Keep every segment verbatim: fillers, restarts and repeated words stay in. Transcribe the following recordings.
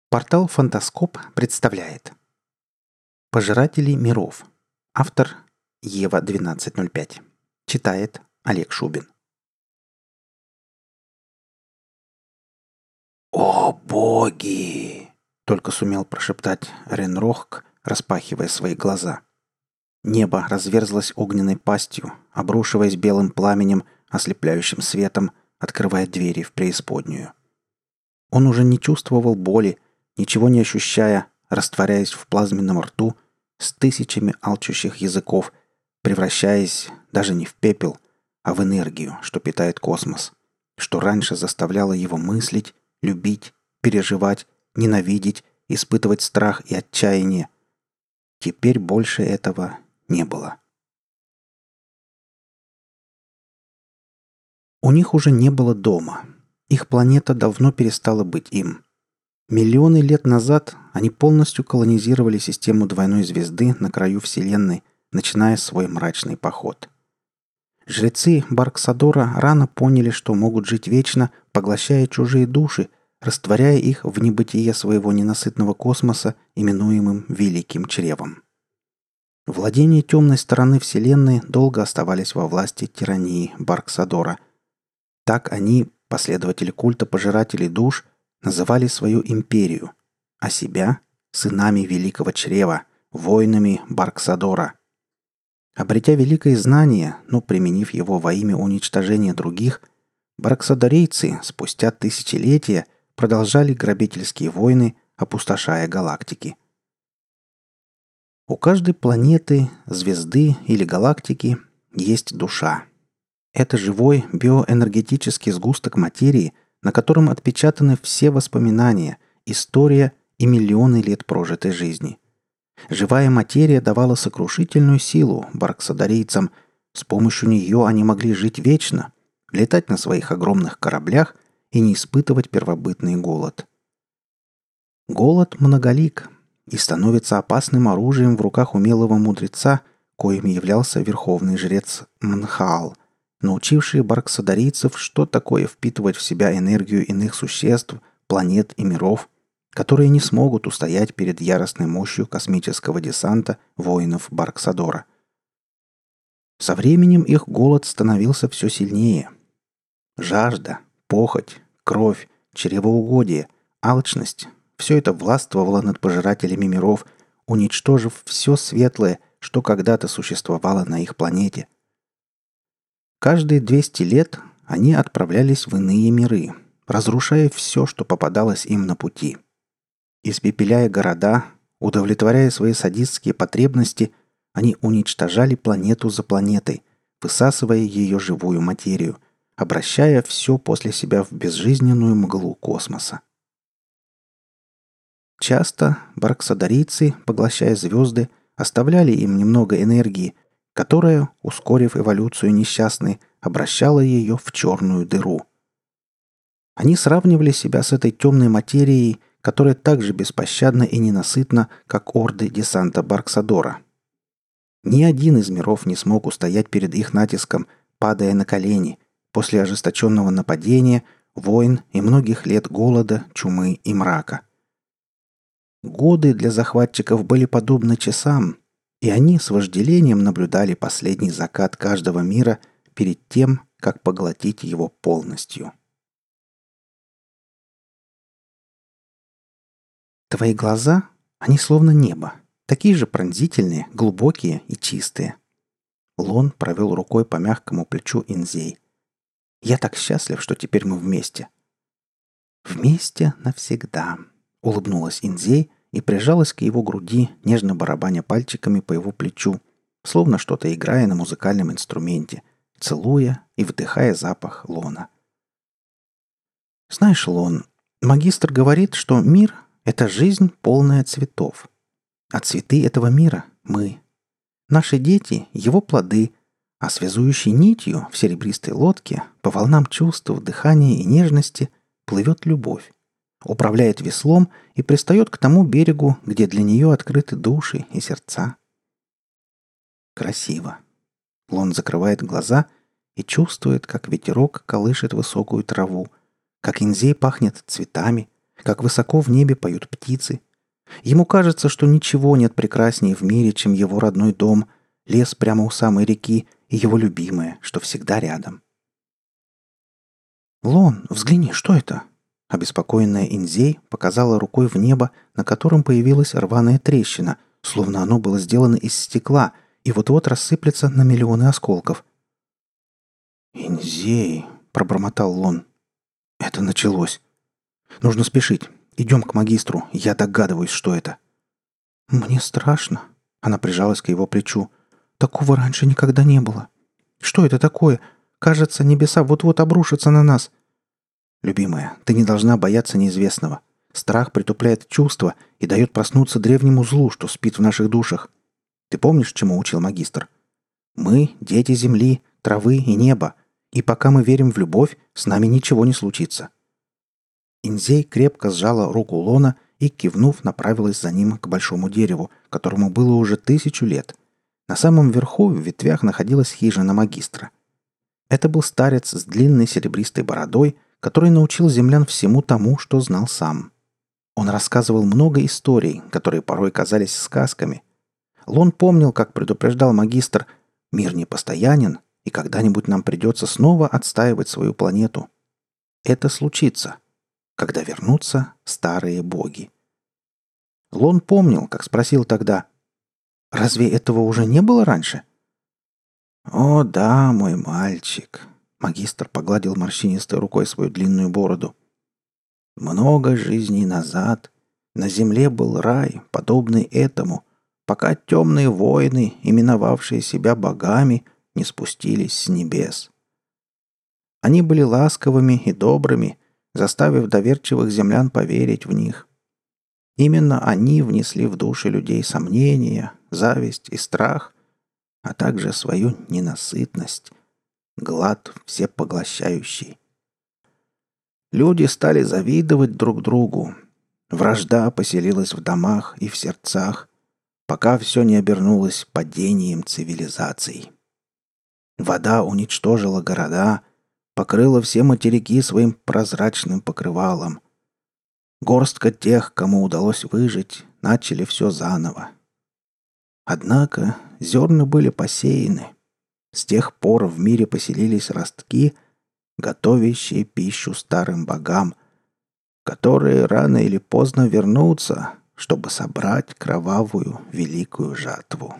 Портал «Фантаскоп» представляет «Пожиратели миров». Автор Ева двенадцать ноль пять. Читает Олег Шубин. «О боги!» — только сумел прошептать Ренрохк, распахивая свои глаза. Небо разверзлось огненной пастью, обрушиваясь белым пламенем, ослепляющим светом, открывая двери в преисподнюю. Он уже не чувствовал боли, ничего не ощущая, растворяясь в плазменном рту с тысячами алчущих языков, превращаясь даже не в пепел, а в энергию, что питает космос, что раньше заставляло его мыслить, любить, переживать, ненавидеть, испытывать страх и отчаяние. Теперь больше этого не было. У них уже не было дома. Их планета давно перестала быть им. Миллионы лет назад они полностью колонизировали систему двойной звезды на краю Вселенной, начиная свой мрачный поход. Жрецы Барксадора рано поняли, что могут жить вечно, поглощая чужие души, растворяя их в небытие своего ненасытного космоса, именуемым Великим Чревом. Владения темной стороны Вселенной долго оставались во власти тирании Барксадора. Так они, последователи культа пожирателей душ, называли свою империю, а себя – сынами Великого Чрева, воинами Барксадора. Обретя великое знание, но применив его во имя уничтожения других, барксадорейцы спустя тысячелетия продолжали грабительские войны, опустошая галактики. У каждой планеты, звезды или галактики есть душа. Это живой биоэнергетический сгусток материи, на котором отпечатаны все воспоминания, история и миллионы лет прожитой жизни. Живая материя давала сокрушительную силу барксадорийцам. С помощью нее они могли жить вечно, летать на своих огромных кораблях и не испытывать первобытный голод. Голод многолик и становится опасным оружием в руках умелого мудреца, коим являлся верховный жрец Мнхаал, научивший барксадорийцев, что такое впитывать в себя энергию иных существ, планет и миров, которые не смогут устоять перед яростной мощью космического десанта воинов Барксадора. Со временем их голод становился все сильнее. Жажда, похоть, кровь, чревоугодие, алчность – все это властвовало над пожирателями миров, уничтожив все светлое, что когда-то существовало на их планете. Каждые двести лет они отправлялись в иные миры, разрушая все, что попадалось им на пути. Испепеляя города, удовлетворяя свои садистские потребности, они уничтожали планету за планетой, высасывая ее живую материю, обращая все после себя в безжизненную мглу космоса. Часто барксадорийцы, поглощая звезды, оставляли им немного энергии, которая, ускорив эволюцию несчастной, обращала ее в черную дыру. Они сравнивали себя с этой темной материей, которая так же беспощадна и ненасытна, как орды десанта Барксадора. Ни один из миров не смог устоять перед их натиском, падая на колени, после ожесточенного нападения, войн и многих лет голода, чумы и мрака. Годы для захватчиков были подобны часам, и они с вожделением наблюдали последний закат каждого мира перед тем, как поглотить его полностью. Твои глаза, они словно небо, такие же пронзительные, глубокие и чистые. Лон провел рукой по мягкому плечу Инзей. Я так счастлив, что теперь мы вместе. Вместе навсегда, улыбнулась Инзей и прижалась к его груди, нежно барабаня пальчиками по его плечу, словно что-то играя на музыкальном инструменте, целуя и вдыхая запах Лона. Знаешь, Лон, магистр говорит, что мир — это жизнь, полная цветов. А цветы этого мира — мы. Наши дети — его плоды, а связующей нитью в серебристой лодке по волнам чувств, дыхания и нежности плывет любовь, управляет веслом и пристает к тому берегу, где для нее открыты души и сердца. Красиво. Лон закрывает глаза и чувствует, как ветерок колышет высокую траву, как Инзей пахнет цветами, как высоко в небе поют птицы. Ему кажется, что ничего нет прекраснее в мире, чем его родной дом, лес прямо у самой реки и его любимое, что всегда рядом. «Лон, взгляни, что это?» Обеспокоенная Инзей показала рукой в небо, на котором появилась рваная трещина, словно оно было сделано из стекла и вот-вот рассыплется на миллионы осколков. «Инзей», — пробормотал Лон. «Это началось. Нужно спешить. Идем к магистру. Я догадываюсь, что это». «Мне страшно». Она прижалась к его плечу. «Такого раньше никогда не было. Что это такое? Кажется, небеса вот-вот обрушатся на нас». «Любимая, ты не должна бояться неизвестного. Страх притупляет чувства и дает проснуться древнему злу, что спит в наших душах. Ты помнишь, чему учил магистр? Мы — дети земли, травы и неба, и пока мы верим в любовь, с нами ничего не случится». Инзей крепко сжала руку Лона и, кивнув, направилась за ним к большому дереву, которому было уже тысячу лет. На самом верху в ветвях находилась хижина магистра. Это был старец с длинной серебристой бородой, который научил землян всему тому, что знал сам. Он рассказывал много историй, которые порой казались сказками. Лон помнил, как предупреждал магистр: «Мир непостоянен, и когда-нибудь нам придется снова отстаивать свою планету. Это случится, когда вернутся старые боги». Лон помнил, как спросил тогда: «Разве этого уже не было раньше?» «О да, мой мальчик», — магистр погладил морщинистой рукой свою длинную бороду. «Много жизней назад на земле был рай, подобный этому, пока темные воины, именовавшие себя богами, не спустились с небес. Они были ласковыми и добрыми, заставив доверчивых землян поверить в них. Именно они внесли в души людей сомнения, зависть и страх, а также свою ненасытность, глад всепоглощающий. Люди стали завидовать друг другу. Вражда поселилась в домах и в сердцах, пока все не обернулось падением цивилизаций. Вода уничтожила города, покрыла все материки своим прозрачным покрывалом. Горстка тех, кому удалось выжить, начали все заново. Однако зерна были посеяны. С тех пор в мире поселились ростки, готовящие пищу старым богам, которые рано или поздно вернутся, чтобы собрать кровавую великую жатву.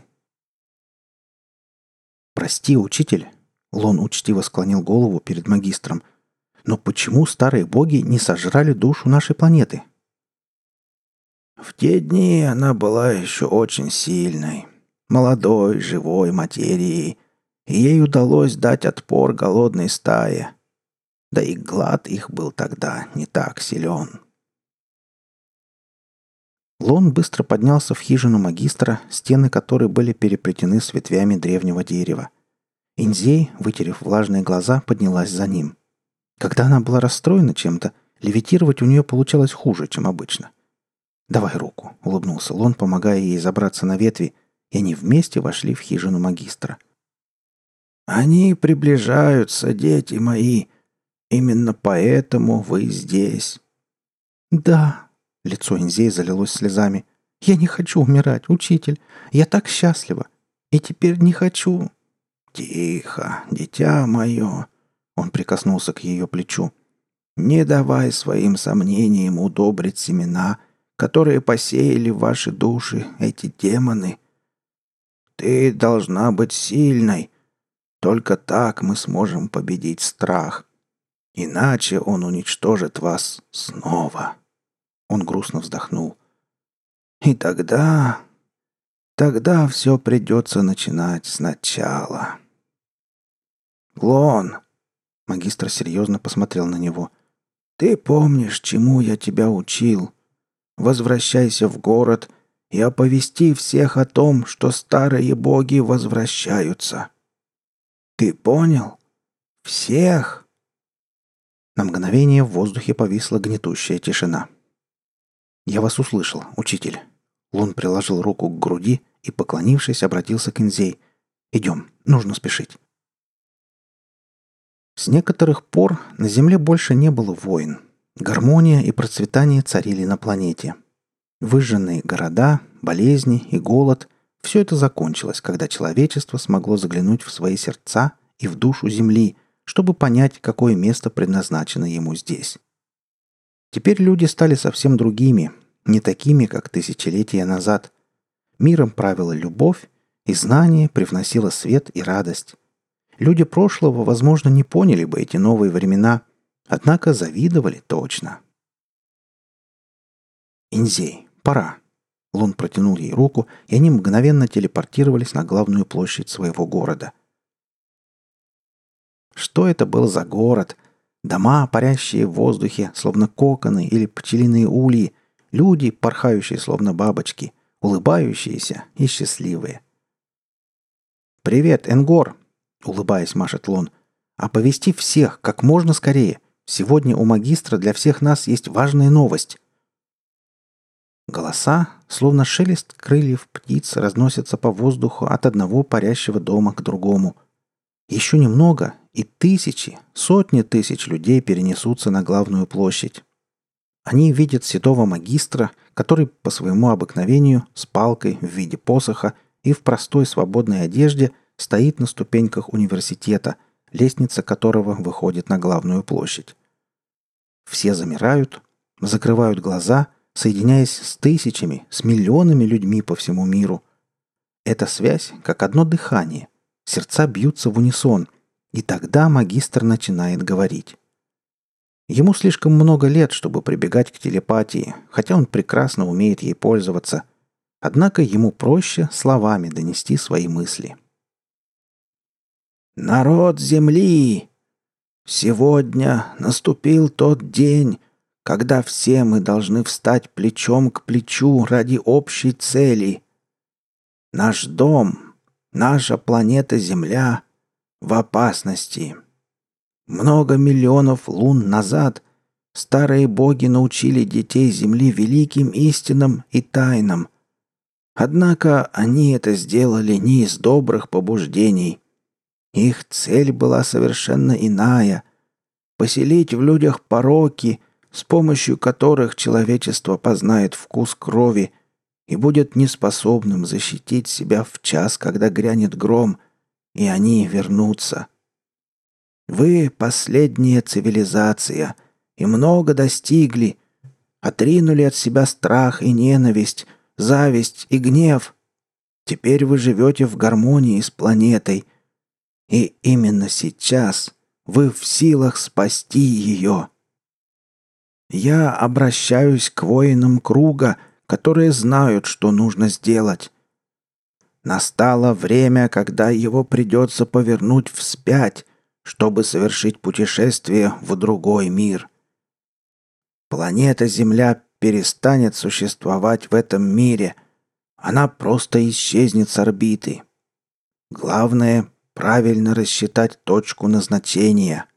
«Прости, учитель», — Лон учтиво склонил голову перед магистром, «но почему старые боги не сожрали душу нашей планеты?» «В те дни она была еще очень сильной, молодой, живой материей, и ей удалось дать отпор голодной стае. Да и глад их был тогда не так силен». Лон быстро поднялся в хижину магистра, стены которой были переплетены с ветвями древнего дерева. Инзей, вытерев влажные глаза, поднялась за ним. Когда она была расстроена чем-то, левитировать у нее получалось хуже, чем обычно. «Давай руку», — улыбнулся Лон, помогая ей забраться на ветви, и они вместе вошли в хижину магистра. «Они приближаются, дети мои. Именно поэтому вы здесь». «Да», — лицо Инзей залилось слезами. «Я не хочу умирать, учитель. Я так счастлива. И теперь не хочу». «Тихо, дитя мое», — он прикоснулся к ее плечу. «Не давай своим сомнениям удобрить семена, которые посеяли в ваши души эти демоны. Ты должна быть сильной. Только так мы сможем победить страх. Иначе он уничтожит вас снова». Он грустно вздохнул. «И тогда... тогда все придется начинать сначала». «Лон», — магистр серьезно посмотрел на него, — «ты помнишь, чему я тебя учил? Возвращайся в город и оповести всех о том, что старые боги возвращаются. Ты понял? Всех!» На мгновение в воздухе повисла гнетущая тишина. «Я вас услышал, учитель». Лун приложил руку к груди и, поклонившись, обратился к Инзей. «Идем, нужно спешить». С некоторых пор на земле больше не было войн. Гармония и процветание царили на планете. Выжженные города, болезни и голод – все это закончилось, когда человечество смогло заглянуть в свои сердца и в душу Земли, чтобы понять, какое место предназначено ему здесь. Теперь люди стали совсем другими, не такими, как тысячелетия назад. Миром правила любовь, и знание привносило свет и радость. Люди прошлого, возможно, не поняли бы эти новые времена, однако завидовали точно. «Инзей, пора!» Лун протянул ей руку, и они мгновенно телепортировались на главную площадь своего города. Что это был за город? Дома, парящие в воздухе, словно коконы или пчелиные ульи, люди, порхающие, словно бабочки, улыбающиеся и счастливые. «Привет, Энгор!» — улыбаясь, машет Лун. «Оповести всех, как можно скорее. Сегодня у магистра для всех нас есть важная новость». Голоса, словно шелест крыльев птиц, разносятся по воздуху от одного парящего дома к другому. Еще немного, и тысячи, сотни тысяч людей перенесутся на главную площадь. Они видят седого магистра, который по своему обыкновению с палкой в виде посоха и в простой свободной одежде стоит на ступеньках университета, лестница которого выходит на главную площадь. Все замирают, закрывают глаза, соединяясь с тысячами, с миллионами людьми по всему миру. Эта связь как одно дыхание. Сердца бьются в унисон, и тогда магистр начинает говорить. Ему слишком много лет, чтобы прибегать к телепатии, хотя он прекрасно умеет ей пользоваться. Однако ему проще словами донести свои мысли. «Народ Земли! Сегодня наступил тот день, когда все мы должны встать плечом к плечу ради общей цели. Наш дом, наша планета Земля в опасности. Много миллионов лун назад старые боги научили детей Земли великим истинам и тайнам. Однако они это сделали не из добрых побуждений. Их цель была совершенно иная — поселить в людях пороки, с помощью которых человечество познает вкус крови и будет неспособным защитить себя в час, когда грянет гром, и они вернутся. Вы — последняя цивилизация, и много достигли, отринули от себя страх и ненависть, зависть и гнев. Теперь вы живете в гармонии с планетой, и именно сейчас вы в силах спасти ее. Я обращаюсь к воинам круга, которые знают, что нужно сделать. Настало время, когда его придется повернуть вспять, чтобы совершить путешествие в другой мир. Планета Земля перестанет существовать в этом мире. Она просто исчезнет с орбиты. Главное — правильно рассчитать точку назначения.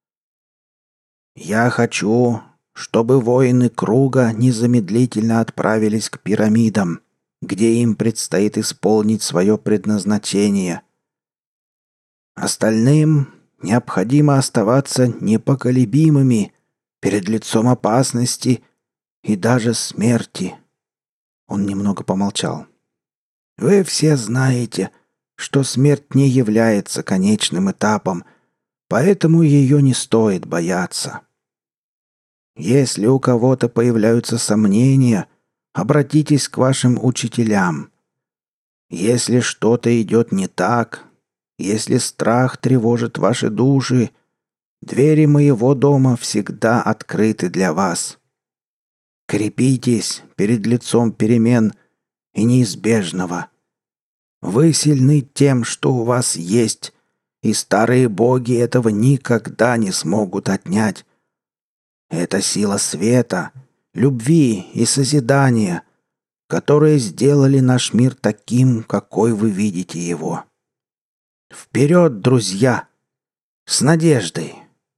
Я хочу, чтобы воины круга незамедлительно отправились к пирамидам, где им предстоит исполнить свое предназначение. Остальным необходимо оставаться непоколебимыми перед лицом опасности и даже смерти. Он немного помолчал. Вы все знаете, что смерть не является конечным этапом, поэтому ее не стоит бояться. Если у кого-то появляются сомнения, обратитесь к вашим учителям. Если что-то идет не так, если страх тревожит ваши души, двери моего дома всегда открыты для вас. Крепитесь перед лицом перемен и неизбежного. Вы сильны тем, что у вас есть, и старые боги этого никогда не смогут отнять. Это сила света, любви и созидания, которые сделали наш мир таким, какой вы видите его. Вперед, друзья! С надеждой!»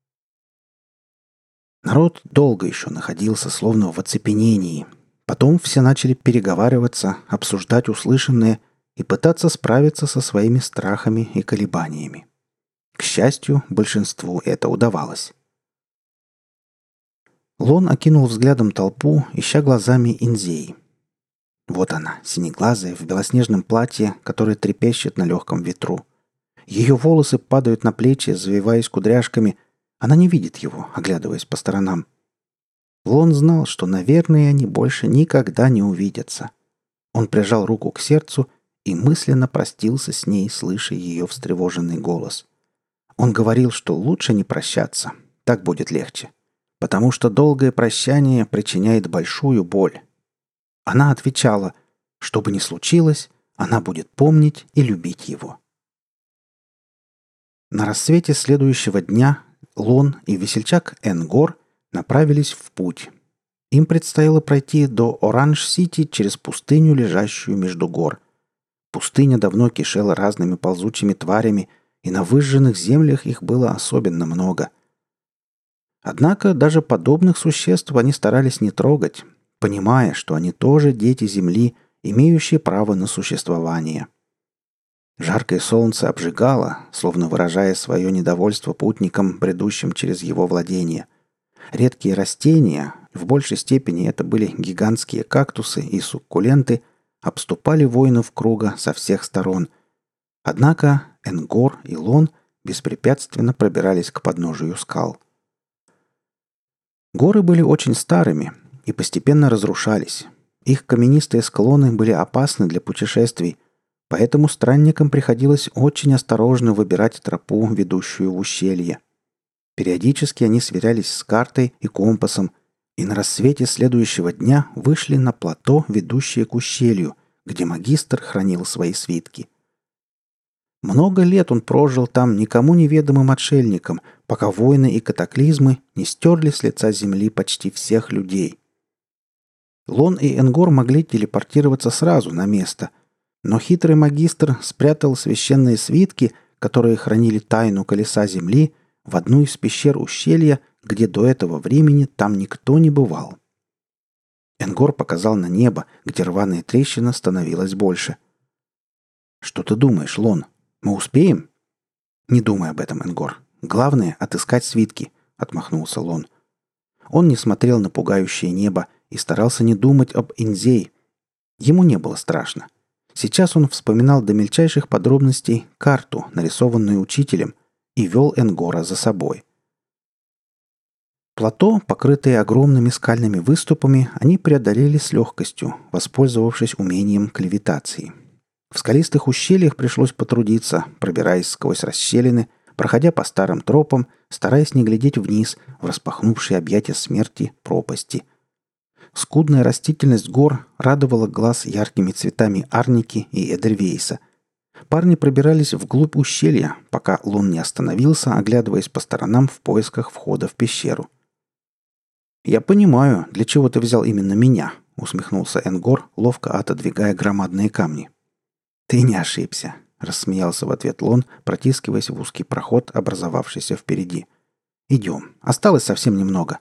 Народ долго еще находился словно в оцепенении. Потом все начали переговариваться, обсуждать услышанное и пытаться справиться со своими страхами и колебаниями. К счастью, большинству это удавалось. Лон окинул взглядом толпу, ища глазами Инзей. Вот она, синеглазая, в белоснежном платье, которое трепещет на легком ветру. Ее волосы падают на плечи, завиваясь кудряшками. Она не видит его, оглядываясь по сторонам. Лон знал, что, наверное, они больше никогда не увидятся. Он прижал руку к сердцу и мысленно простился с ней, слыша ее встревоженный голос. Он говорил, что лучше не прощаться, так будет легче, потому что долгое прощание причиняет большую боль. Она отвечала, что бы ни случилось, она будет помнить и любить его. На рассвете следующего дня Лон и весельчак Энгор направились в путь. Им предстояло пройти до Оранж-Сити через пустыню, лежащую между гор. Пустыня давно кишела разными ползучими тварями, и на выжженных землях их было особенно много. Однако даже подобных существ они старались не трогать, понимая, что они тоже дети Земли, имеющие право на существование. Жаркое солнце обжигало, словно выражая свое недовольство путникам, бредущим через его владения. Редкие растения, в большей степени это были гигантские кактусы и суккуленты, обступали воинов круга со всех сторон. Однако Энгор и Лон беспрепятственно пробирались к подножию скал. Горы были очень старыми и постепенно разрушались. Их каменистые склоны были опасны для путешествий, поэтому странникам приходилось очень осторожно выбирать тропу, ведущую в ущелье. Периодически они сверялись с картой и компасом, и на рассвете следующего дня вышли на плато, ведущее к ущелью, где магистр хранил свои свитки. Много лет он прожил там никому неведомым отшельником, пока войны и катаклизмы не стерли с лица земли почти всех людей. Лон и Энгор могли телепортироваться сразу на место, но хитрый магистр спрятал священные свитки, которые хранили тайну колеса земли, в одну из пещер ущелья, где до этого времени там никто не бывал. Энгор показал на небо, где рваная трещина становилась больше. «Что ты думаешь, Лон? Мы успеем?» «Не думай об этом, Энгор. Главное — отыскать свитки», — отмахнулся Лон. Он не смотрел на пугающее небо и старался не думать об Инзей. Ему не было страшно. Сейчас он вспоминал до мельчайших подробностей карту, нарисованную учителем, и вел Энгора за собой. Плато, покрытые огромными скальными выступами, они преодолели с легкостью, воспользовавшись умением к левитации. В скалистых ущельях пришлось потрудиться, пробираясь сквозь расщелины, проходя по старым тропам, стараясь не глядеть вниз, в распахнувшие объятия смерти пропасти. Скудная растительность гор радовала глаз яркими цветами арники и эдельвейса. Парни пробирались вглубь ущелья, пока Лон не остановился, оглядываясь по сторонам в поисках входа в пещеру. «Я понимаю, для чего ты взял именно меня», — усмехнулся Энгор, ловко отодвигая громадные камни. «Ты не ошибся», — рассмеялся в ответ Лон, протискиваясь в узкий проход, образовавшийся впереди. «Идем. Осталось совсем немного».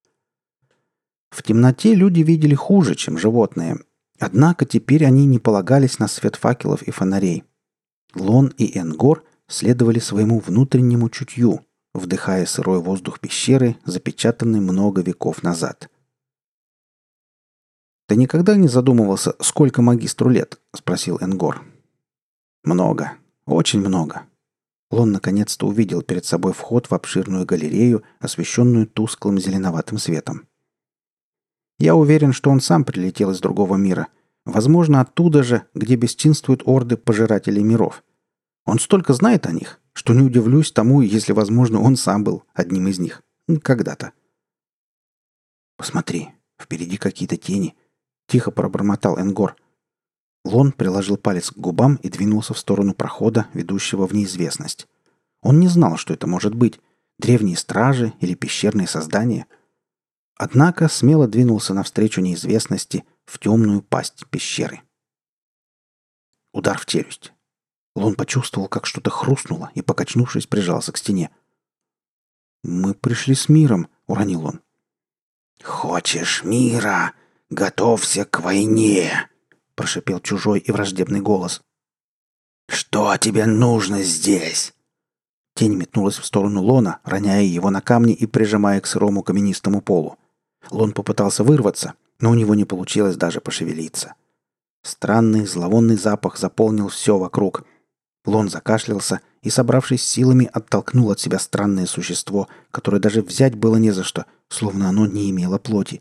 В темноте люди видели хуже, чем животные. Однако теперь они не полагались на свет факелов и фонарей. Лон и Энгор следовали своему внутреннему чутью, вдыхая сырой воздух пещеры, запечатанный много веков назад. «Ты никогда не задумывался, сколько магистру лет?» — спросил Энгор. «Много. Очень много». Лон наконец-то увидел перед собой вход в обширную галерею, освещенную тусклым зеленоватым светом. «Я уверен, что он сам прилетел из другого мира. Возможно, оттуда же, где бесчинствуют орды пожирателей миров. Он столько знает о них, что не удивлюсь тому, если, возможно, он сам был одним из них. Когда-то». «Посмотри, впереди какие-то тени», — тихо пробормотал Энгор. Лон приложил палец к губам и двинулся в сторону прохода, ведущего в неизвестность. Он не знал, что это может быть — древние стражи или пещерные создания. Однако смело двинулся навстречу неизвестности в темную пасть пещеры. Удар в челюсть. Лон почувствовал, как что-то хрустнуло, и, покачнувшись, прижался к стене. «Мы пришли с миром», — уронил он. «Хочешь мира? Готовься к войне!» — прошипел чужой и враждебный голос. «Что тебе нужно здесь?» Тень метнулась в сторону Лона, роняя его на камни и прижимая к сырому каменистому полу. Лон попытался вырваться, но у него не получилось даже пошевелиться. Странный зловонный запах заполнил все вокруг. Лон закашлялся и, собравшись силами, оттолкнул от себя странное существо, которое даже взять было не за что, словно оно не имело плоти.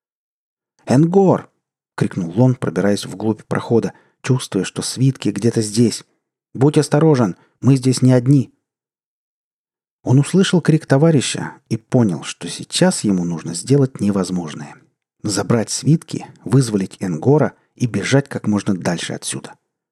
«Энгор!» — крикнул Лон, пробираясь вглубь прохода, чувствуя, что свитки где-то здесь. «Будь осторожен! Мы здесь не одни!» Он услышал крик товарища и понял, что сейчас ему нужно сделать невозможное. Забрать свитки, вызволить Энгора и бежать как можно дальше отсюда.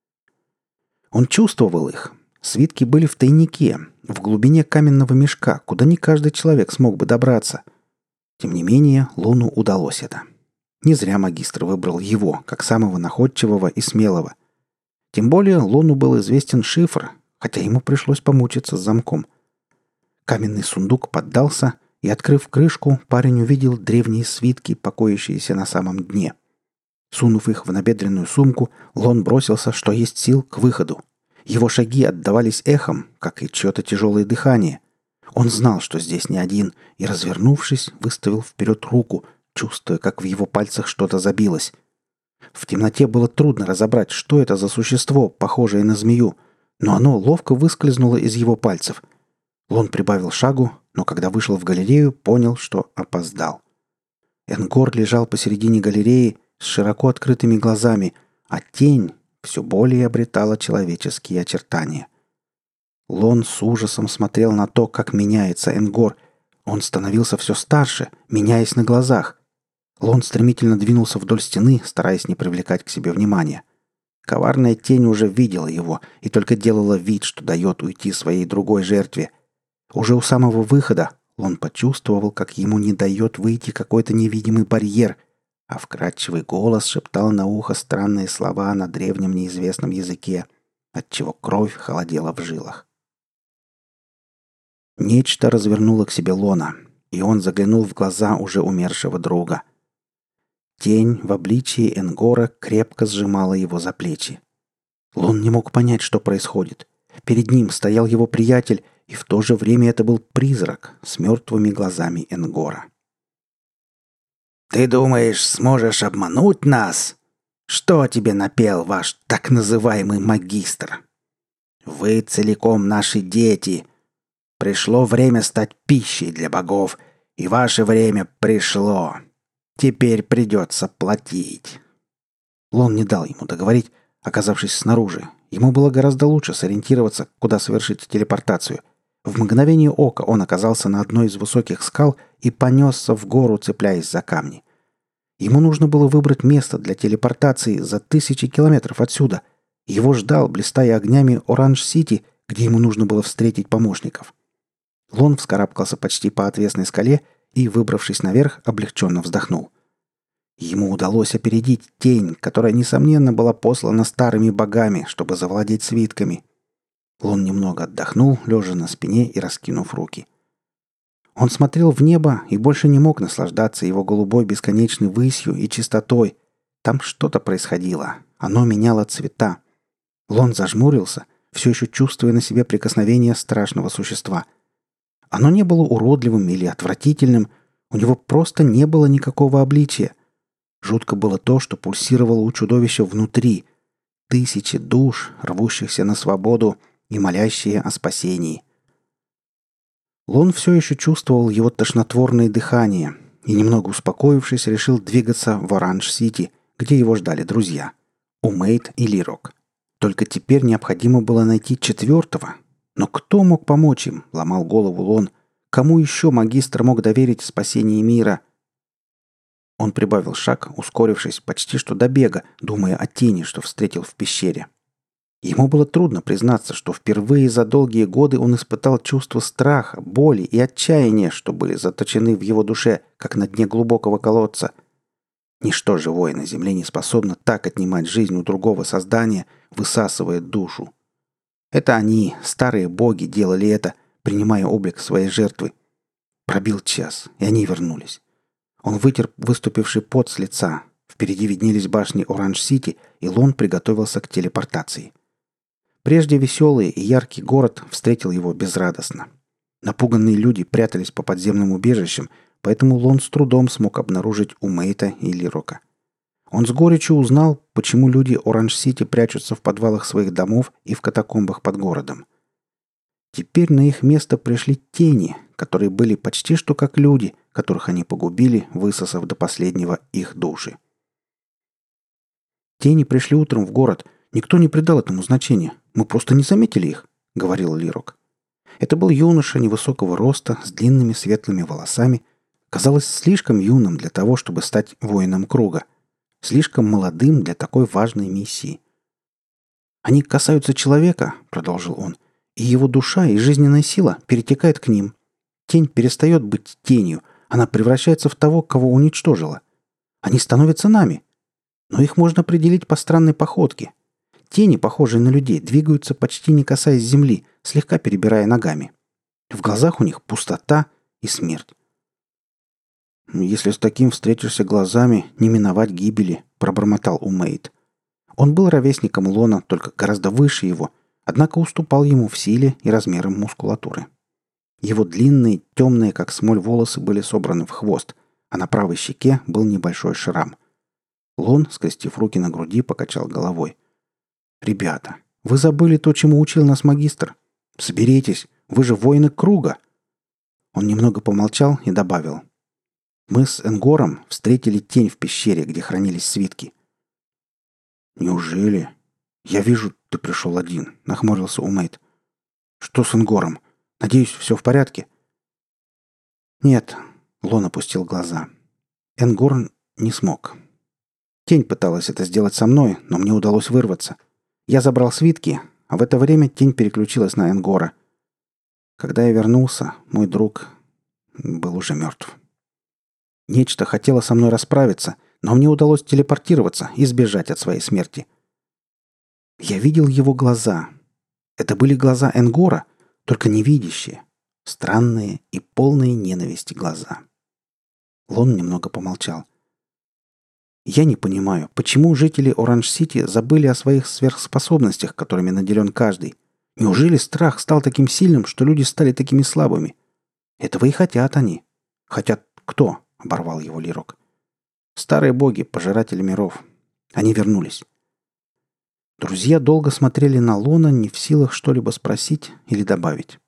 Он чувствовал их. Свитки были в тайнике, в глубине каменного мешка, куда не каждый человек смог бы добраться. Тем не менее, Лону удалось это. Не зря магистр выбрал его, как самого находчивого и смелого. Тем более Лону был известен шифр, хотя ему пришлось помучиться с замком. Каменный сундук поддался, и, открыв крышку, парень увидел древние свитки, покоящиеся на самом дне. Сунув их в набедренную сумку, Лон бросился, что есть сил, к выходу. Его шаги отдавались эхом, как и чье-то тяжелое дыхание. Он знал, что здесь не один, и, развернувшись, выставил вперед руку, чувствуя, как в его пальцах что-то забилось. В темноте было трудно разобрать, что это за существо, похожее на змею, но оно ловко выскользнуло из его пальцев. Лон прибавил шагу, но когда вышел в галерею, понял, что опоздал. Энгор лежал посередине галереи с широко открытыми глазами, а тень все более обретала человеческие очертания. Лон с ужасом смотрел на то, как меняется Энгор. Он становился все старше, меняясь на глазах. Лон стремительно двинулся вдоль стены, стараясь не привлекать к себе внимания. Коварная тень уже видела его и только делала вид, что дает уйти своей другой жертве. Уже у самого выхода Лон почувствовал, как ему не дает выйти какой-то невидимый барьер, а вкрадчивый голос шептал на ухо странные слова на древнем неизвестном языке, отчего кровь холодела в жилах. Нечто развернуло к себе Лона, и он заглянул в глаза уже умершего друга. Тень в обличии Энгора крепко сжимала его за плечи. Лон не мог понять, что происходит. Перед ним стоял его приятель, и в то же время это был призрак с мертвыми глазами Энгора. «Ты думаешь, сможешь обмануть нас? Что тебе напел ваш так называемый магистр? Вы целиком наши дети. Пришло время стать пищей для богов, и ваше время пришло. Теперь придется платить». Лон не дал ему договорить, оказавшись снаружи. Ему было гораздо лучше сориентироваться, куда совершить телепортацию. В мгновение ока он оказался на одной из высоких скал и понесся в гору, цепляясь за камни. Ему нужно было выбрать место для телепортации за тысячи километров отсюда. Его ждал, блистая огнями, Оранж-Сити, где ему нужно было встретить помощников. Лон вскарабкался почти по отвесной скале и, выбравшись наверх, облегченно вздохнул. Ему удалось опередить тень, которая, несомненно, была послана старыми богами, чтобы завладеть свитками. Лон немного отдохнул, лежа на спине и раскинув руки. Он смотрел в небо и больше не мог наслаждаться его голубой бесконечной высью и чистотой. Там что-то происходило. Оно меняло цвета. Лон зажмурился, все еще чувствуя на себе прикосновение страшного существа. Оно не было уродливым или отвратительным, у него просто не было никакого обличия. Жутко было то, что пульсировало у чудовища внутри. Тысячи душ, рвущихся на свободу и молящие о спасении. Лон все еще чувствовал его тошнотворное дыхание и, немного успокоившись, решил двигаться в Оранж-Сити, где его ждали друзья — Умейт и Лирок. Только теперь необходимо было найти четвертого. Но кто мог помочь им, ломал голову Лон. Кому еще магистр мог доверить спасение мира? Он прибавил шаг, ускорившись почти что до бега, думая о тени, что встретил в пещере. Ему было трудно признаться, что впервые за долгие годы он испытал чувство страха, боли и отчаяния, что были заточены в его душе, как на дне глубокого колодца. Ничто живое на земле не способно так отнимать жизнь у другого создания, высасывая душу. Это они, старые боги, делали это, принимая облик своей жертвы. Пробил час, и они вернулись. Он вытер выступивший пот с лица. Впереди виднелись башни Оранж-Сити, и Лон приготовился к телепортации. Прежде веселый и яркий город встретил его безрадостно. Напуганные люди прятались по подземным убежищам, поэтому Лон с трудом смог обнаружить Умейта и Лирока. Он с горечью узнал, почему люди Оранж-Сити прячутся в подвалах своих домов и в катакомбах под городом. Теперь на их место пришли тени, которые были почти что как люди, которых они погубили, высосав до последнего их души. «Тени пришли утром в город. Никто не придал этому значения. Мы просто не заметили их», — говорил Лирок. Это был юноша невысокого роста, с длинными светлыми волосами. Казалось слишком юным для того, чтобы стать воином круга. Слишком молодым для такой важной миссии. «Они касаются человека», — продолжил он, — «и его душа и жизненная сила перетекает к ним. Тень перестает быть тенью, она превращается в того, кого уничтожила. Они становятся нами. Но их можно определить по странной походке. Тени, похожие на людей, двигаются почти не касаясь земли, слегка перебирая ногами. В глазах у них пустота и смерть. «Если с таким встретишься глазами, не миновать гибели», — пробормотал Умейт. Он был ровесником Лона, только гораздо выше его, однако уступал ему в силе и размерам мускулатуры. Его длинные, темные, как смоль, волосы были собраны в хвост, а на правой щеке был небольшой шрам. Лон, скрестив руки на груди, покачал головой. «Ребята, вы забыли то, чему учил нас магистр. Соберитесь, вы же воины круга». Он немного помолчал и добавил. «Мы с Энгором встретили тень в пещере, где хранились свитки». «Неужели? Я вижу, ты пришел один», — нахмурился Умейт. «Что с Энгором? Надеюсь, все в порядке?» «Нет», — Лон опустил глаза. «Энгор не смог. Тень пыталась это сделать со мной, но мне удалось вырваться. Я забрал свитки, а в это время тень переключилась на Энгора. Когда я вернулся, мой друг был уже мертв. Нечто хотело со мной расправиться, но мне удалось телепортироваться и сбежать от своей смерти. Я видел его глаза. Это были глаза Энгора, только невидящие, странные и полные ненависти глаза». Лон немного помолчал. «Я не понимаю, почему жители Оранж-Сити забыли о своих сверхспособностях, которыми наделен каждый. Неужели страх стал таким сильным, что люди стали такими слабыми? Этого и хотят они». «Хотят кто?» — оборвал его Лирок. «Старые боги, пожиратели миров. Они вернулись». Друзья долго смотрели на Лона, не в силах что-либо спросить или добавить.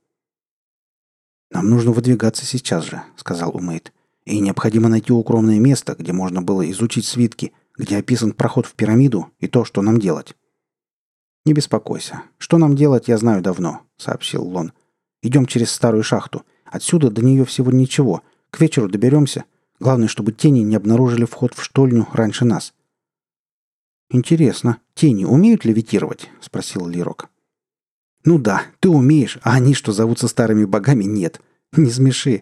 «Нам нужно выдвигаться сейчас же», — сказал Умейт. «И необходимо найти укромное место, где можно было изучить свитки, где описан проход в пирамиду и то, что нам делать». «Не беспокойся. Что нам делать, я знаю давно», — сообщил Лон. «Идем через старую шахту. Отсюда до нее всего ничего. К вечеру доберемся. Главное, чтобы тени не обнаружили вход в штольню раньше нас». «Интересно, тени умеют левитировать?» — спросил Лирок. «Ну да, ты умеешь, а они, что зовутся старыми богами, нет. Не смеши».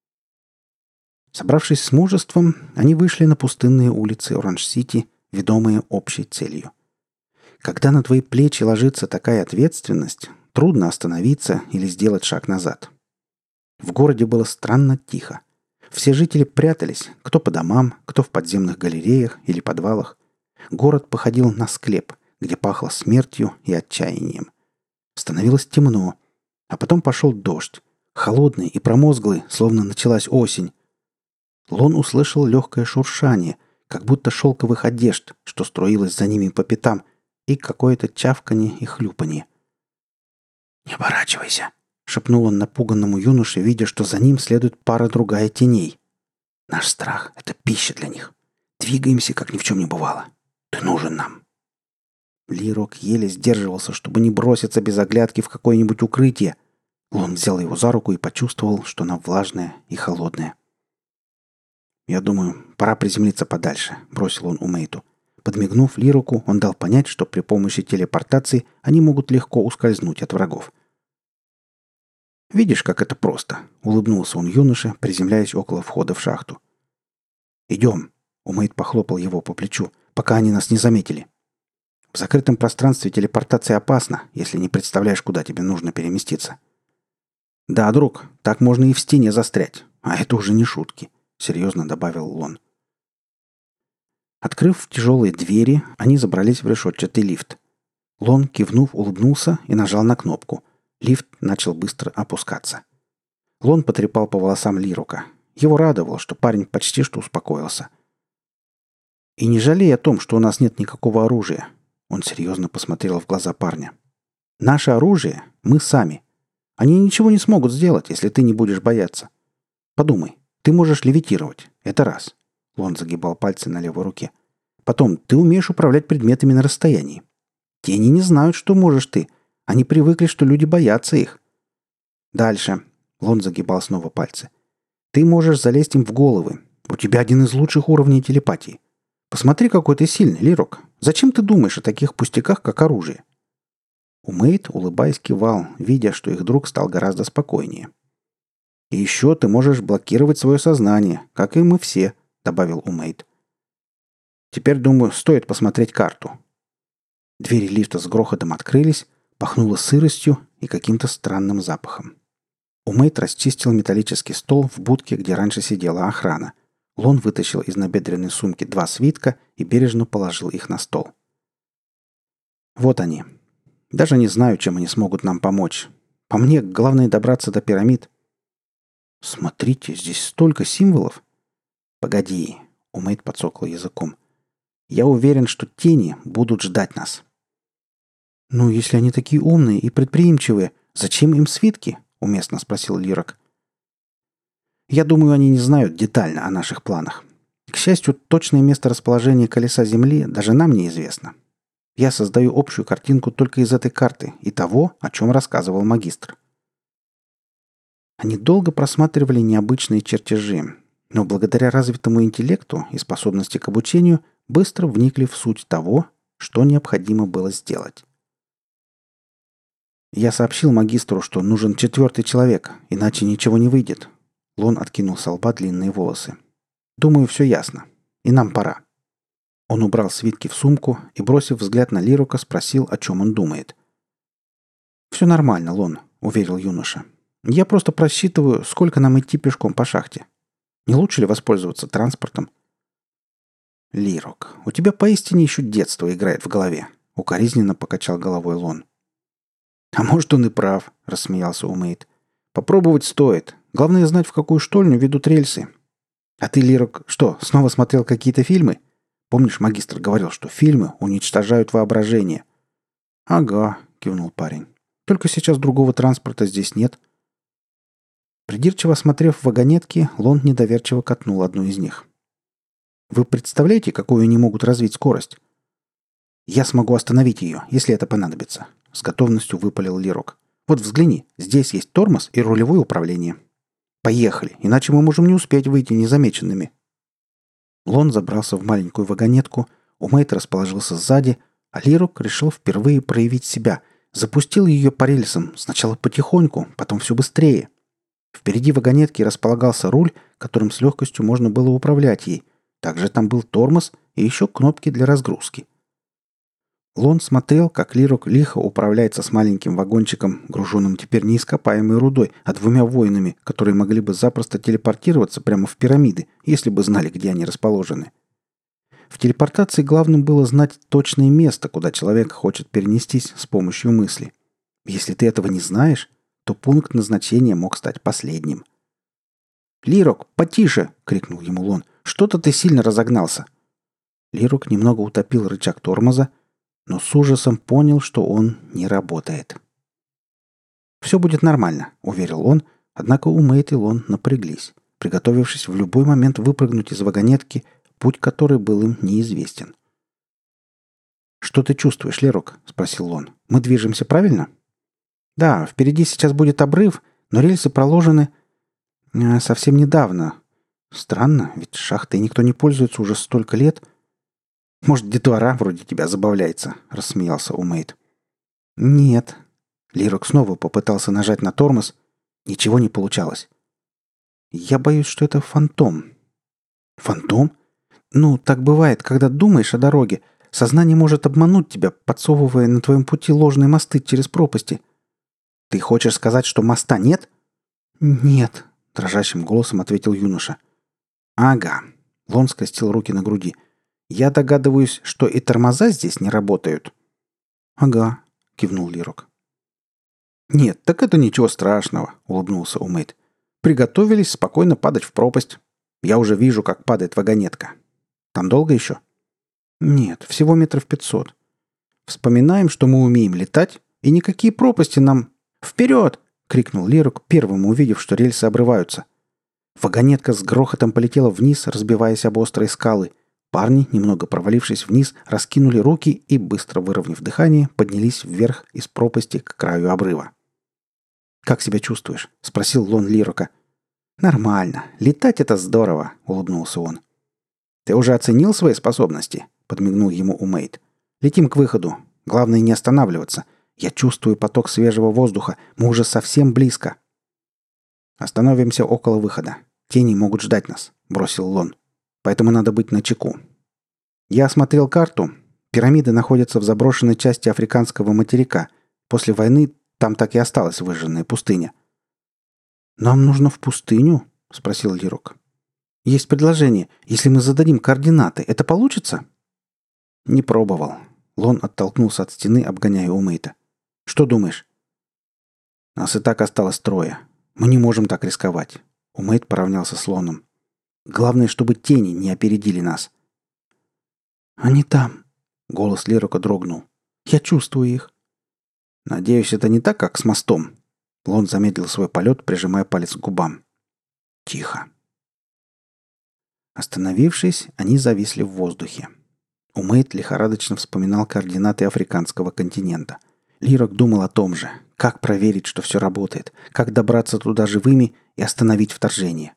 Собравшись с мужеством, они вышли на пустынные улицы Оранж-Сити, ведомые общей целью. Когда на твои плечи ложится такая ответственность, трудно остановиться или сделать шаг назад. В городе было странно тихо. Все жители прятались, кто по домам, кто в подземных галереях или подвалах. Город походил на склеп, где пахло смертью и отчаянием. Становилось темно, а потом пошел дождь, холодный и промозглый, словно началась осень. Лон услышал легкое шуршание, как будто шелковых одежд, что струилось за ними по пятам, и какое-то чавканье и хлюпанье. «Не оборачивайся!» — шепнул он напуганному юноше, видя, что за ним следует пара-другая теней. «Наш страх — это пища для них. Двигаемся, как ни в чем не бывало. Ты нужен нам!» Лирок еле сдерживался, чтобы не броситься без оглядки в какое-нибудь укрытие. Лон взял его за руку и почувствовал, что она влажная и холодная. «Я думаю, пора приземлиться подальше», — бросил он Умейту. Подмигнув Лироку, он дал понять, что при помощи телепортации они могут легко ускользнуть от врагов. «Видишь, как это просто», — улыбнулся он юноше, приземляясь около входа в шахту. «Идем», — Умейт похлопал его по плечу, — «пока они нас не заметили. В закрытом пространстве телепортация опасна, если не представляешь, куда тебе нужно переместиться». «Да, друг, так можно и в стене застрять, а это уже не шутки», — серьезно добавил Лон. Открыв тяжелые двери, они забрались в решетчатый лифт. Лон, кивнув, улыбнулся и нажал на кнопку. Лифт начал быстро опускаться. Лон потрепал по волосам Лирука. Его радовало, что парень почти что успокоился. «И не жалей о том, что у нас нет никакого оружия». Он серьезно посмотрел в глаза парня. «Наше оружие — мы сами. Они ничего не смогут сделать, если ты не будешь бояться. Подумай, ты можешь левитировать. Это раз». Лон загибал пальцы на левой руке. «Потом, ты умеешь управлять предметами на расстоянии. Тени не знают, что можешь ты. Они привыкли, что люди боятся их. Дальше». Лон загибал снова пальцы. «Ты можешь залезть им в головы. У тебя один из лучших уровней телепатии. Посмотри, какой ты сильный, Лирок. Зачем ты думаешь о таких пустяках, как оружие?» Умейт, улыбаясь, кивал, видя, что их друг стал гораздо спокойнее. «И еще ты можешь блокировать свое сознание, как и мы все», — добавил Умейт. «Теперь, думаю, стоит посмотреть карту». Двери лифта с грохотом открылись, пахнуло сыростью и каким-то странным запахом. Умейт расчистил металлический стол в будке, где раньше сидела охрана. Лон вытащил из набедренной сумки два свитка и бережно положил их на стол. «Вот они. Даже не знаю, чем они смогут нам помочь. По мне, главное добраться до пирамид». «Смотрите, здесь столько символов!» «Погоди», — Умейт подсокал языком. «Я уверен, что тени будут ждать нас». «Ну, если они такие умные и предприимчивые, зачем им свитки?» — уместно спросил Лирок. «Я думаю, они не знают детально о наших планах. К счастью, точное место расположения колеса Земли даже нам неизвестно. Я создаю общую картинку только из этой карты и того, о чем рассказывал магистр». Они долго просматривали необычные чертежи, но благодаря развитому интеллекту и способности к обучению быстро вникли в суть того, что необходимо было сделать. «Я сообщил магистру, что нужен четвертый человек, иначе ничего не выйдет». Лон откинул со лба длинные волосы. «Думаю, все ясно. И нам пора». Он убрал свитки в сумку и, бросив взгляд на Лирука, спросил, о чем он думает. «Все нормально, Лон», — уверил юноша. «Я просто просчитываю, сколько нам идти пешком по шахте. Не лучше ли воспользоваться транспортом?» «Лирок, у тебя поистине еще детство играет в голове», — укоризненно покачал головой Лон. «А может, он и прав», — рассмеялся Умейт. «Попробовать стоит. Главное знать, в какую штольню ведут рельсы. А ты, Лирок, что, снова смотрел какие-то фильмы? Помнишь, магистр говорил, что фильмы уничтожают воображение?» «Ага», — кивнул парень. «Только сейчас другого транспорта здесь нет». Придирчиво осмотрев вагонетки, Лон недоверчиво катнул одну из них. «Вы представляете, какую они могут развить скорость?» «Я смогу остановить ее, если это понадобится», — с готовностью выпалил Лирок. «Вот взгляни, здесь есть тормоз и рулевое управление. Поехали, иначе мы можем не успеть выйти незамеченными». Лон забрался в маленькую вагонетку, Умейт расположился сзади, а Лирок решил впервые проявить себя, запустил ее по рельсам, сначала потихоньку, потом все быстрее. Впереди вагонетки располагался руль, которым с легкостью можно было управлять ей. Также там был тормоз и еще кнопки для разгрузки. Лон смотрел, как Лирок лихо управляется с маленьким вагончиком, груженным теперь не ископаемой рудой, а двумя воинами, которые могли бы запросто телепортироваться прямо в пирамиды, если бы знали, где они расположены. В телепортации главным было знать точное место, куда человек хочет перенестись с помощью мысли. Если ты этого не знаешь, то пункт назначения мог стать последним. «Лирок, потише!» — крикнул ему Лон. «Что-то ты сильно разогнался!» Лирок немного утопил рычаг тормоза, но с ужасом понял, что он не работает. «Все будет нормально», — уверил он, однако Умейт и Лон напряглись, приготовившись в любой момент выпрыгнуть из вагонетки, путь которой был им неизвестен. «Что ты чувствуешь, Лерок?» — спросил Лон. «Мы движемся правильно?» «Да, впереди сейчас будет обрыв, но рельсы проложены э, совсем недавно. Странно, ведь шахтой никто не пользуется уже столько лет». «Может, детвора вроде тебя забавляется», — рассмеялся Умейт. «Нет». Лирок снова попытался нажать на тормоз. Ничего не получалось. «Я боюсь, что это фантом». «Фантом? Ну, так бывает, когда думаешь о дороге. Сознание может обмануть тебя, подсовывая на твоем пути ложные мосты через пропасти». «Ты хочешь сказать, что моста нет?» «Нет», — дрожащим голосом ответил юноша. «Ага». Лон скрестил руки на груди. «Я догадываюсь, что и тормоза здесь не работают». «Ага», — кивнул Лирок. «Нет, так это ничего страшного», — улыбнулся Умейт. Приготовились спокойно падать в пропасть. Я уже вижу, как падает вагонетка. Там долго еще? Нет, всего метров пятьсот. Вспоминаем, что мы умеем летать, и никакие пропасти нам... «Вперед!» — крикнул Лирок, первым увидев, что рельсы обрываются. Вагонетка с грохотом полетела вниз, разбиваясь об острые скалы. Парни, немного провалившись вниз, раскинули руки и, быстро выровняв дыхание, поднялись вверх из пропасти к краю обрыва. «Как себя чувствуешь?» — спросил Лон Лирока. «Нормально. Летать — это здорово», — улыбнулся он. «Ты уже оценил свои способности?» — подмигнул ему Умейд. «Летим к выходу. Главное не останавливаться. Я чувствую поток свежего воздуха. Мы уже совсем близко». «Остановимся около выхода. Тени могут ждать нас», — бросил Лон. «Поэтому надо быть начеку. Я осмотрел карту. Пирамиды находятся в заброшенной части африканского материка. После войны там так и осталась выжженная пустыня». «Нам нужно в пустыню?» — спросил Лирок. «Есть предложение. Если мы зададим координаты, это получится?» «Не пробовал». Лон оттолкнулся от стены, обгоняя Умейта. «Что думаешь?» «Нас и так осталось трое. Мы не можем так рисковать». Умейт поравнялся с Лоном. «Главное, чтобы тени не опередили нас». «Они там». Голос Лирока дрогнул. «Я чувствую их». «Надеюсь, это не так, как с мостом». Лон замедлил свой полет, прижимая палец к губам. «Тихо». Остановившись, они зависли в воздухе. Умейт лихорадочно вспоминал координаты африканского континента. Лирок думал о том же. Как проверить, что все работает? Как добраться туда живыми и остановить вторжение?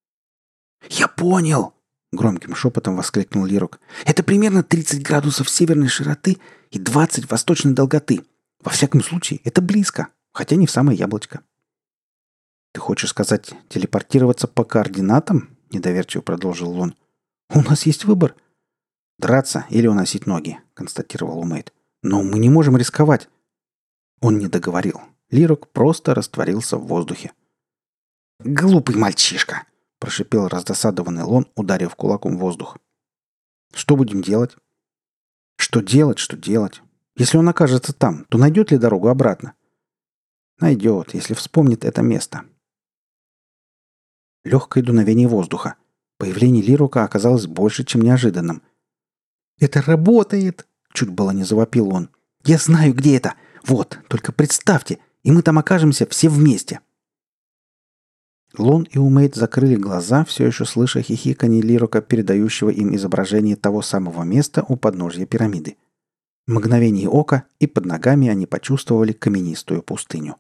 «Я понял!» — громким шепотом воскликнул Лирок. «Это примерно тридцать градусов северной широты и двадцать восточной долготы. Во всяком случае, это близко, хотя не в самое яблочко». «Ты хочешь сказать, телепортироваться по координатам?» — недоверчиво продолжил Лон. «У нас есть выбор». «Драться или уносить ноги», — констатировал Умейт. «Но мы не можем рисковать». Он не договорил. Лирок просто растворился в воздухе. «Глупый мальчишка!» — прошипел раздосадованный Лон, ударив кулаком в воздух. «Что будем делать?» «Что делать, что делать? Если он окажется там, то найдет ли дорогу обратно?» «Найдет, если вспомнит это место». Легкое дуновение воздуха. Появление Лирока оказалось больше, чем неожиданным. «Это работает!» — чуть было не завопил он. «Я знаю, где это! Вот, только представьте, и мы там окажемся все вместе!» Лон и Умейт закрыли глаза, все еще слыша хихиканье Лирока, передающего им изображение того самого места у подножья пирамиды. Мгновение ока, и под ногами они почувствовали каменистую пустыню.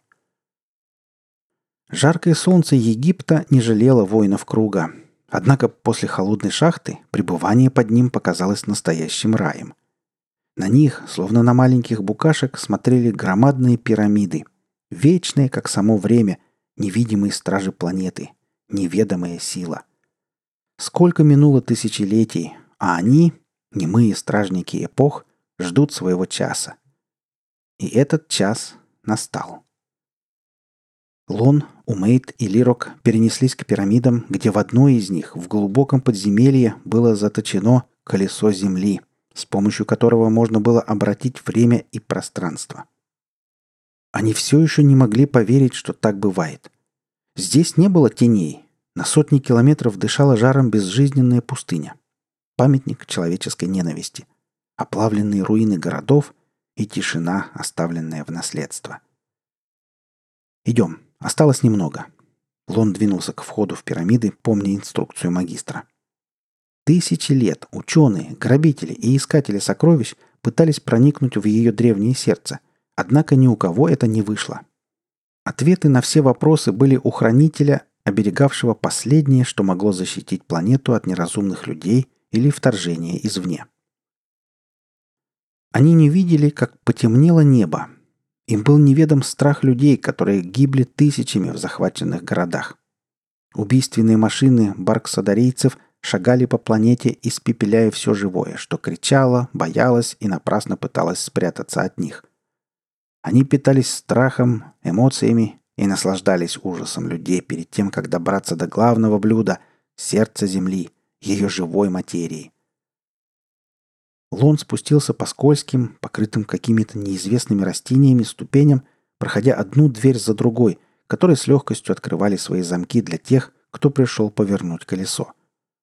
Жаркое солнце Египта не жалело воинов круга. Однако после холодной шахты пребывание под ним показалось настоящим раем. На них, словно на маленьких букашек, смотрели громадные пирамиды. Вечные, как само время, невидимые стражи планеты, неведомая сила. Сколько минуло тысячелетий, а они, немые стражники эпох, ждут своего часа. И этот час настал. Лон, Умейт и Лирок перенеслись к пирамидам, где в одной из них, в глубоком подземелье, было заточено колесо Земли, с помощью которого можно было обратить время и пространство. Они все еще не могли поверить, что так бывает. Здесь не было теней. На сотни километров дышала жаром безжизненная пустыня. Памятник человеческой ненависти. Оплавленные руины городов и тишина, оставленная в наследство. «Идем. Осталось немного». Лон двинулся к входу в пирамиды, помня инструкцию магистра. Тысячи лет ученые, грабители и искатели сокровищ пытались проникнуть в ее древнее сердце, однако ни у кого это не вышло. Ответы на все вопросы были у хранителя, оберегавшего последнее, что могло защитить планету от неразумных людей или вторжения извне. Они не видели, как потемнело небо. Им был неведом страх людей, которые гибли тысячами в захваченных городах. Убийственные машины барксадарийцев шагали по планете, испепеляя все живое, что кричало, боялось и напрасно пыталось спрятаться от них. Они питались страхом, эмоциями и наслаждались ужасом людей перед тем, как добраться до главного блюда — сердца Земли, ее живой материи. Лон спустился по скользким, покрытым какими-то неизвестными растениями ступеням, проходя одну дверь за другой, которые с легкостью открывали свои замки для тех, кто пришел повернуть колесо.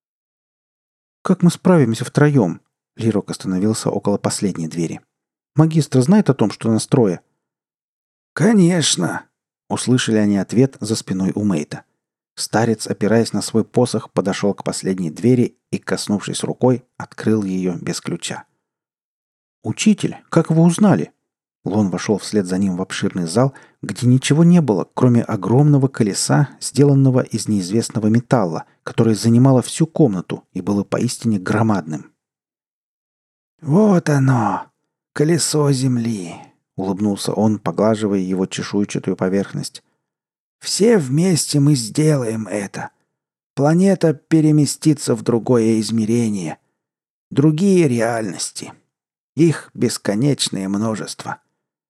«Как мы справимся втроем?» Лирок остановился около последней двери. «Магистр знает о том, что нас трое?» «Конечно!» — услышали они ответ за спиной у Мейта. Старец, опираясь на свой посох, подошел к последней двери и, коснувшись рукой, открыл ее без ключа. «Учитель, как вы узнали?» Лон вошел вслед за ним в обширный зал, где ничего не было, кроме огромного колеса, сделанного из неизвестного металла, которое занимало всю комнату и было поистине громадным. «Вот оно, колесо Земли!» — улыбнулся он, поглаживая его чешуйчатую поверхность. «Все вместе мы сделаем это. Планета переместится в другое измерение, другие реальности. Их бесконечное множество.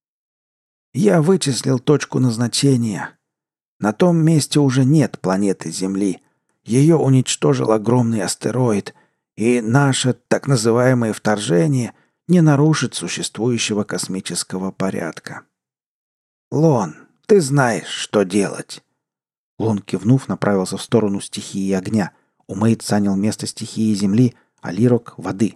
Я вычислил точку назначения. На том месте уже нет планеты Земли. Ее уничтожил огромный астероид, и наше так называемое вторжение не нарушит существующего космического порядка. Лон, ты знаешь, что делать». Лон, кивнув, направился в сторону стихии огня. Умейт занял место стихии земли, а Лирок — воды.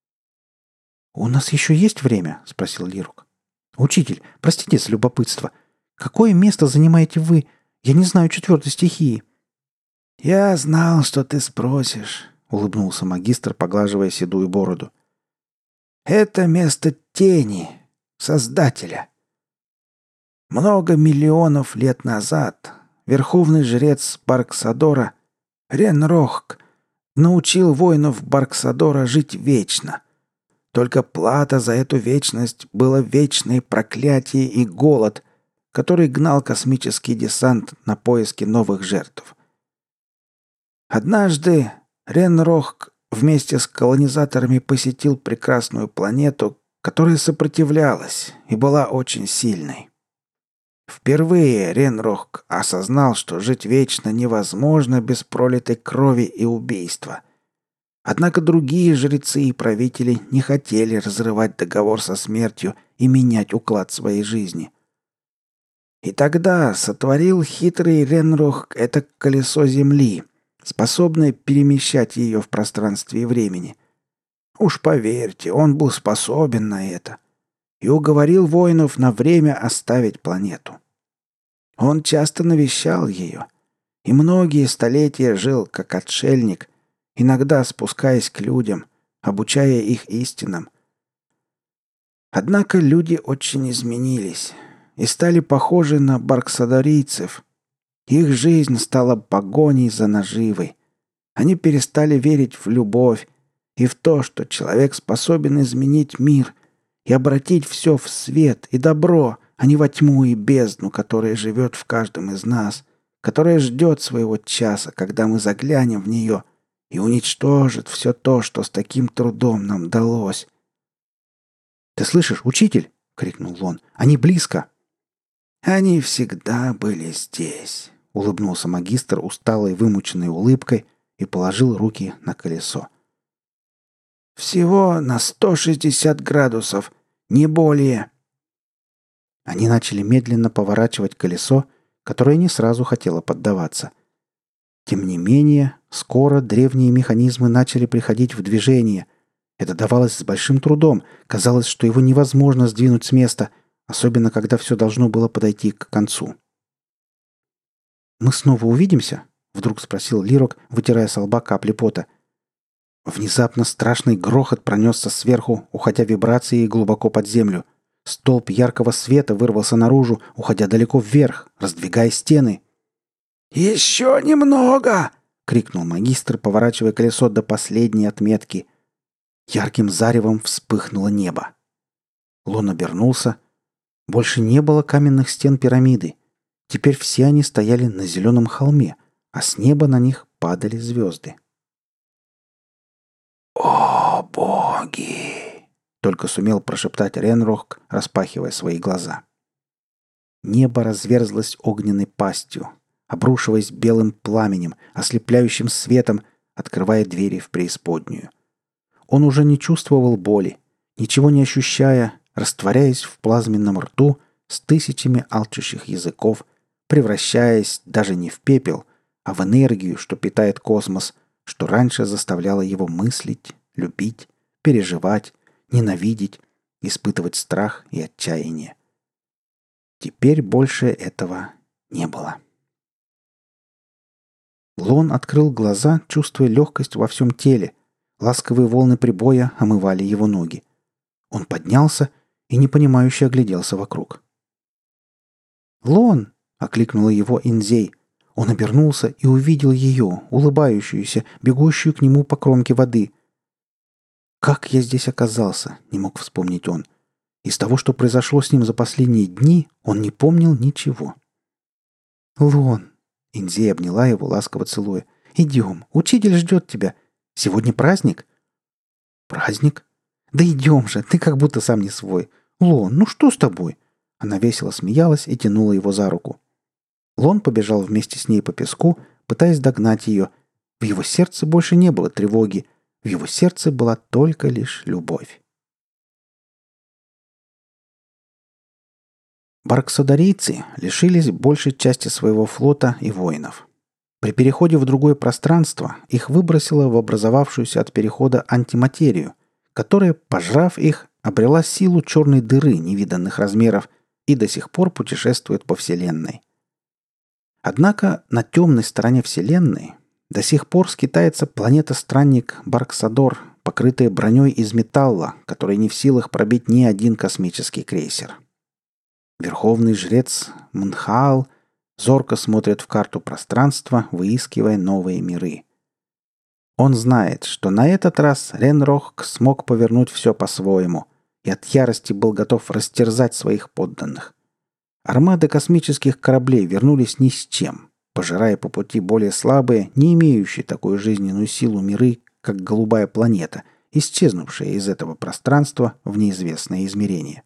«У нас еще есть время?» — спросил Лирок. «Учитель, простите за любопытство. Какое место занимаете вы? Я не знаю четвертой стихии». «Я знал, что ты спросишь», — улыбнулся магистр, поглаживая седую бороду. «Это место тени, Создателя. Много миллионов лет назад верховный жрец Барксадора Ренрохк научил воинов Барксадора жить вечно. Только плата за эту вечность было вечное проклятие и голод, который гнал космический десант на поиски новых жертв. Однажды Ренрохк вместе с колонизаторами посетил прекрасную планету, которая сопротивлялась и была очень сильной. Впервые Ренрохк осознал, что жить вечно невозможно без пролитой крови и убийства. Однако другие жрецы и правители не хотели разрывать договор со смертью и менять уклад своей жизни. И тогда сотворил хитрый Ренрохк это колесо Земли, способное перемещать ее в пространстве и времени. Уж поверьте, он был способен на это и уговорил воинов на время оставить планету. Он часто навещал ее и многие столетия жил как отшельник, иногда спускаясь к людям, обучая их истинам. Однако люди очень изменились и стали похожи на барксадарийцев. Их жизнь стала погоней за наживой. Они перестали верить в любовь и в то, что человек способен изменить мир и обратить все в свет и добро, а не во тьму и бездну, которая живет в каждом из нас, которая ждет своего часа, когда мы заглянем в нее и уничтожит все то, что с таким трудом нам далось. «Ты слышишь, учитель?» — крикнул Лон. «Они близко!» «Они всегда были здесь», — улыбнулся магистр усталой, вымученной улыбкой и положил руки на колесо. «Всего на сто шестьдесят градусов, не более». Они начали медленно поворачивать колесо, которое не сразу хотело поддаваться. Тем не менее, скоро древние механизмы начали приходить в движение. Это давалось с большим трудом. Казалось, что его невозможно сдвинуть с места, особенно когда все должно было подойти к концу. «Мы снова увидимся?» — вдруг спросил Лирок, вытирая со лба капли пота. Внезапно страшный грохот пронесся сверху, уходя вибрацией глубоко под землю. Столб яркого света вырвался наружу, уходя далеко вверх, раздвигая стены. «Еще немного!» — крикнул магистр, поворачивая колесо до последней отметки. Ярким заревом вспыхнуло небо. Лон обернулся. Больше не было каменных стен пирамиды. Теперь все они стояли на зеленом холме, а с неба на них падали звезды. «О, боги!» — только сумел прошептать Ренрохк, распахивая свои глаза. Небо разверзлось огненной пастью, обрушиваясь белым пламенем, ослепляющим светом, открывая двери в преисподнюю. Он уже не чувствовал боли, ничего не ощущая, растворяясь в плазменном рту с тысячами алчущих языков, превращаясь даже не в пепел, а в энергию, что питает космос, что раньше заставляло его мыслить, любить, переживать, ненавидеть, испытывать страх и отчаяние. Теперь больше этого не было. Лон открыл глаза, чувствуя легкость во всем теле. Ласковые волны прибоя омывали его ноги. Он поднялся и непонимающе огляделся вокруг. «Лон!» — окликнула его Инзей. Он обернулся и увидел ее, улыбающуюся, бегущую к нему по кромке воды. «Как я здесь оказался?» — не мог вспомнить он. Из того, что произошло с ним за последние дни, он не помнил ничего. «Лон!» — Инзей обняла его, ласково целуя. «Идем, учитель ждет тебя. Сегодня праздник?» «Праздник? Да идем же, ты как будто сам не свой. Лон, ну что с тобой?» Она весело смеялась и тянула его за руку. Лон побежал вместе с ней по песку, пытаясь догнать ее. В его сердце больше не было тревоги. В его сердце была только лишь любовь. Барксодарийцы лишились большей части своего флота и воинов. При переходе в другое пространство их выбросило в образовавшуюся от перехода антиматерию, которая, пожрав их, обрела силу черной дыры невиданных размеров и до сих пор путешествует по Вселенной. Однако на темной стороне Вселенной до сих пор скитается планета-странник Барксадор, покрытая броней из металла, которая не в силах пробить ни один космический крейсер. Верховный жрец Мнхаал зорко смотрит в карту пространства, выискивая новые миры. Он знает, что на этот раз Ренрохк смог повернуть все по-своему и от ярости был готов растерзать своих подданных. Армады космических кораблей вернулись ни с чем, пожирая по пути более слабые, не имеющие такую жизненную силу миры, как голубая планета, исчезнувшая из этого пространства в неизвестное измерение.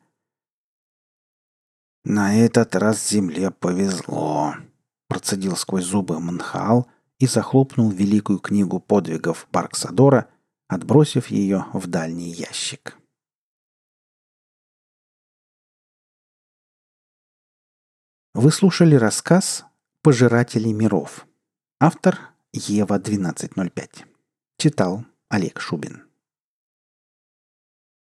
«На этот раз Земле повезло», — процедил сквозь зубы Мнхаал и захлопнул великую книгу подвигов Барксадора, отбросив ее в дальний ящик. Вы слушали рассказ «Пожиратели миров». Автор Ева двенадцать ноль пять. Читал Олег Шубин.